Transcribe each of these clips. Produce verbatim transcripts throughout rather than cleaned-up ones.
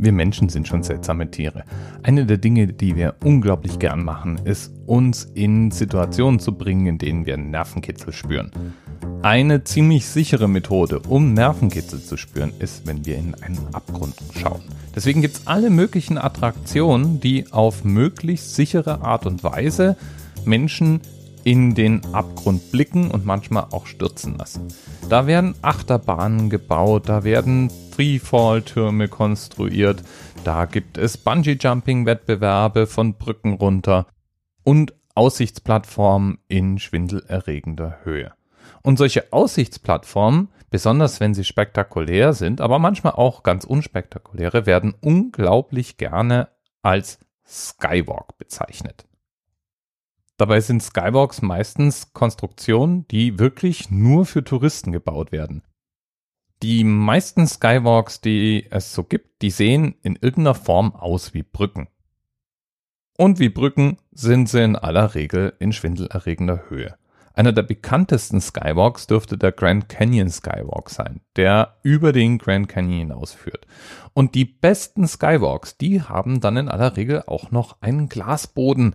Wir Menschen sind schon seltsame Tiere. Eine der Dinge, die wir unglaublich gern machen, ist, uns in Situationen zu bringen, in denen wir Nervenkitzel spüren. Eine ziemlich sichere Methode, um Nervenkitzel zu spüren, ist, wenn wir in einen Abgrund schauen. Deswegen gibt es alle möglichen Attraktionen, die auf möglichst sichere Art und Weise Menschen in den Abgrund blicken und manchmal auch stürzen lassen. Da werden Achterbahnen gebaut, da werden Freefall-Türme konstruiert, da gibt es Bungee-Jumping-Wettbewerbe von Brücken runter und Aussichtsplattformen in schwindelerregender Höhe. Und solche Aussichtsplattformen, besonders wenn sie spektakulär sind, aber manchmal auch ganz unspektakuläre, werden unglaublich gerne als Skywalk bezeichnet. Dabei sind Skywalks meistens Konstruktionen, die wirklich nur für Touristen gebaut werden. Die meisten Skywalks, die es so gibt, die sehen in irgendeiner Form aus wie Brücken. Und wie Brücken sind sie in aller Regel in schwindelerregender Höhe. Einer der bekanntesten Skywalks dürfte der Grand Canyon Skywalk sein, der über den Grand Canyon hinausführt. Und die besten Skywalks, die haben dann in aller Regel auch noch einen Glasboden.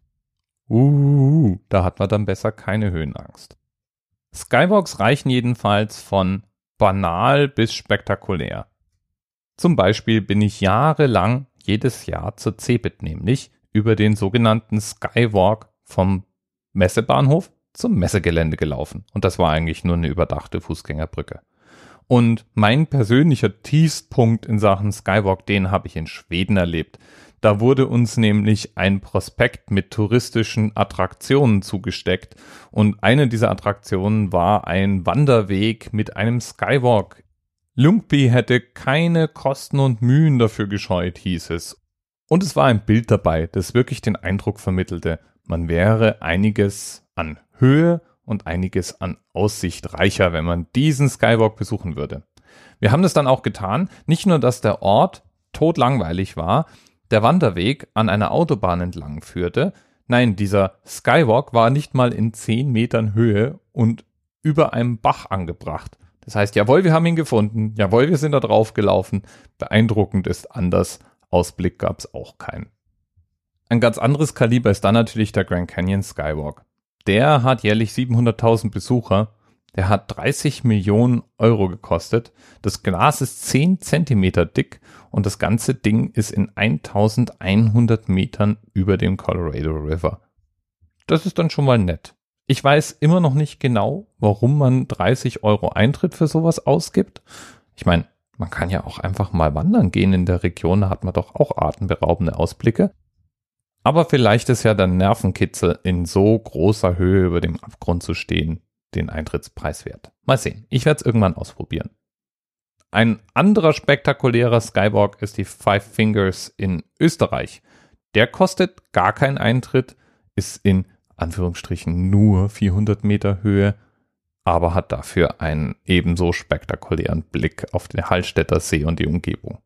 Uh, da hat man dann besser keine Höhenangst. Skywalks reichen jedenfalls von banal bis spektakulär. Zum Beispiel bin ich jahrelang jedes Jahr zur CeBIT, nämlich über den sogenannten Skywalk vom Messebahnhof zum Messegelände gelaufen. Und das war eigentlich nur eine überdachte Fußgängerbrücke. Und mein persönlicher Tiefstpunkt in Sachen Skywalk, den habe ich in Schweden erlebt. Da wurde uns nämlich ein Prospekt mit touristischen Attraktionen zugesteckt und eine dieser Attraktionen war ein Wanderweg mit einem Skywalk. Ljungby hätte keine Kosten und Mühen dafür gescheut, hieß es. Und es war ein Bild dabei, das wirklich den Eindruck vermittelte, man wäre einiges an Höhe und einiges an Aussicht reicher, wenn man diesen Skywalk besuchen würde. Wir haben das dann auch getan, nicht nur, dass der Ort totlangweilig war, der Wanderweg an einer Autobahn entlang führte. Nein, dieser Skywalk war nicht mal in zehn Metern Höhe und über einem Bach angebracht. Das heißt, jawohl, wir haben ihn gefunden, jawohl, wir sind da drauf gelaufen. Beeindruckend ist anders, Ausblick gab es auch keinen. Ein ganz anderes Kaliber ist dann natürlich der Grand Canyon Skywalk. Der hat jährlich siebenhunderttausend Besucher. Der hat dreißig Millionen Euro gekostet. Das Glas ist zehn Zentimeter dick und das ganze Ding ist in eintausendeinhundert Metern über dem Colorado River. Das ist dann schon mal nett. Ich weiß immer noch nicht genau, warum man dreißig Euro Eintritt für sowas ausgibt. Ich meine, man kann ja auch einfach mal wandern gehen in der Region, da hat man doch auch atemberaubende Ausblicke. Aber vielleicht ist ja der Nervenkitzel in so großer Höhe über dem Abgrund zu stehen den Eintrittspreis wert. Mal sehen, ich werde es irgendwann ausprobieren. Ein anderer spektakulärer Skywalk ist die Five Fingers in Österreich. Der kostet gar keinen Eintritt, ist in Anführungsstrichen nur vierhundert Meter Höhe, aber hat dafür einen ebenso spektakulären Blick auf den Hallstätter See und die Umgebung.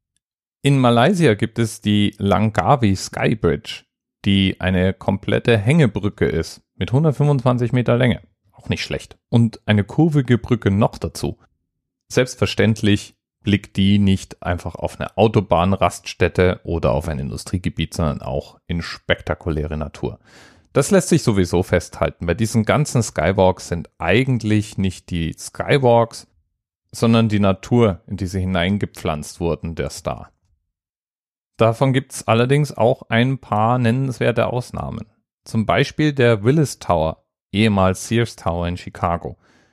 In Malaysia gibt es die Langkawi Sky Bridge, die eine komplette Hängebrücke ist mit hundertfünfundzwanzig Meter Länge. Auch nicht schlecht. Und eine kurvige Brücke noch dazu. Selbstverständlich blickt die nicht einfach auf eine Autobahnraststätte oder auf ein Industriegebiet, sondern auch in spektakuläre Natur. Das lässt sich sowieso festhalten. Bei diesen ganzen Skywalks sind eigentlich nicht die Skywalks, sondern die Natur, in die sie hineingepflanzt wurden, der Star. Davon gibt es allerdings auch ein paar nennenswerte Ausnahmen. Zum Beispiel der Willis Tower, ehemals Sears Tower in Chicago.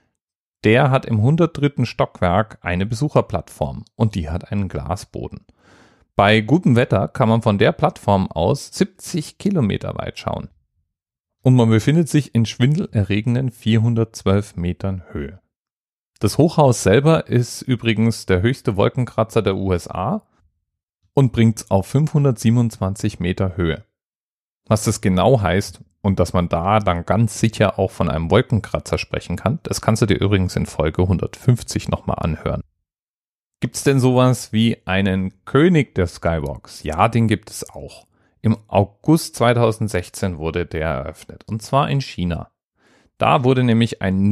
Der hat im hundertdritten Stockwerk eine Besucherplattform und die hat einen Glasboden. Bei gutem Wetter kann man von der Plattform aus siebzig Kilometer weit schauen. Und man befindet sich in schwindelerregenden vierhundertzwölf Metern Höhe. Das Hochhaus selber ist übrigens der höchste Wolkenkratzer der U S A und bringt es auf fünfhundertsiebenundzwanzig Meter Höhe. Was das genau heißt und dass man da dann ganz sicher auch von einem Wolkenkratzer sprechen kann, das kannst du dir übrigens in Folge hundertfünfzig nochmal anhören. Gibt es denn sowas wie einen König der Skywalks? Ja, den gibt es auch. Im August zweitausendsechzehn wurde der eröffnet und zwar in China. Da wurde nämlich ein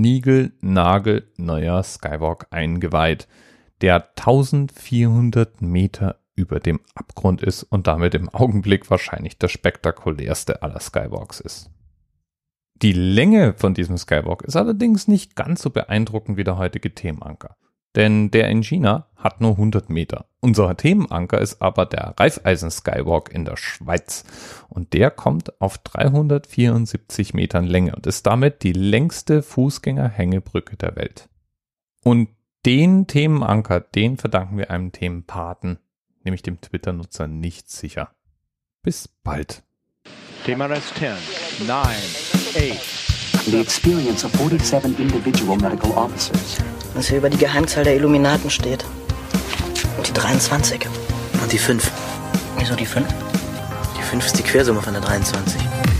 niegelnagelneuer Skywalk eingeweiht, der eintausendvierhundert Meter über dem Abgrund ist und damit im Augenblick wahrscheinlich der spektakulärste aller Skywalks ist. Die Länge von diesem Skywalk ist allerdings nicht ganz so beeindruckend wie der heutige Themenanker. Denn der in China hat nur hundert Meter. Unser Themenanker ist aber der Raiffeisen-Skywalk in der Schweiz. Und der kommt auf dreihundertvierundsiebzig Metern Länge und ist damit die längste Fußgängerhängebrücke der Welt. Und den Themenanker, den verdanken wir einem Themenpaten, nämlich dem Twitter-Nutzer nicht sicher. Bis bald. Thema Rest ten, nine, eight. The experience of forty-seven individual medical officers. Was hier über die Geheimzahl der Illuminaten steht. Und die dreiundzwanzig. Und die fünf. Wieso die fünf? Die fünf ist die Quersumme von der dreiundzwanzig.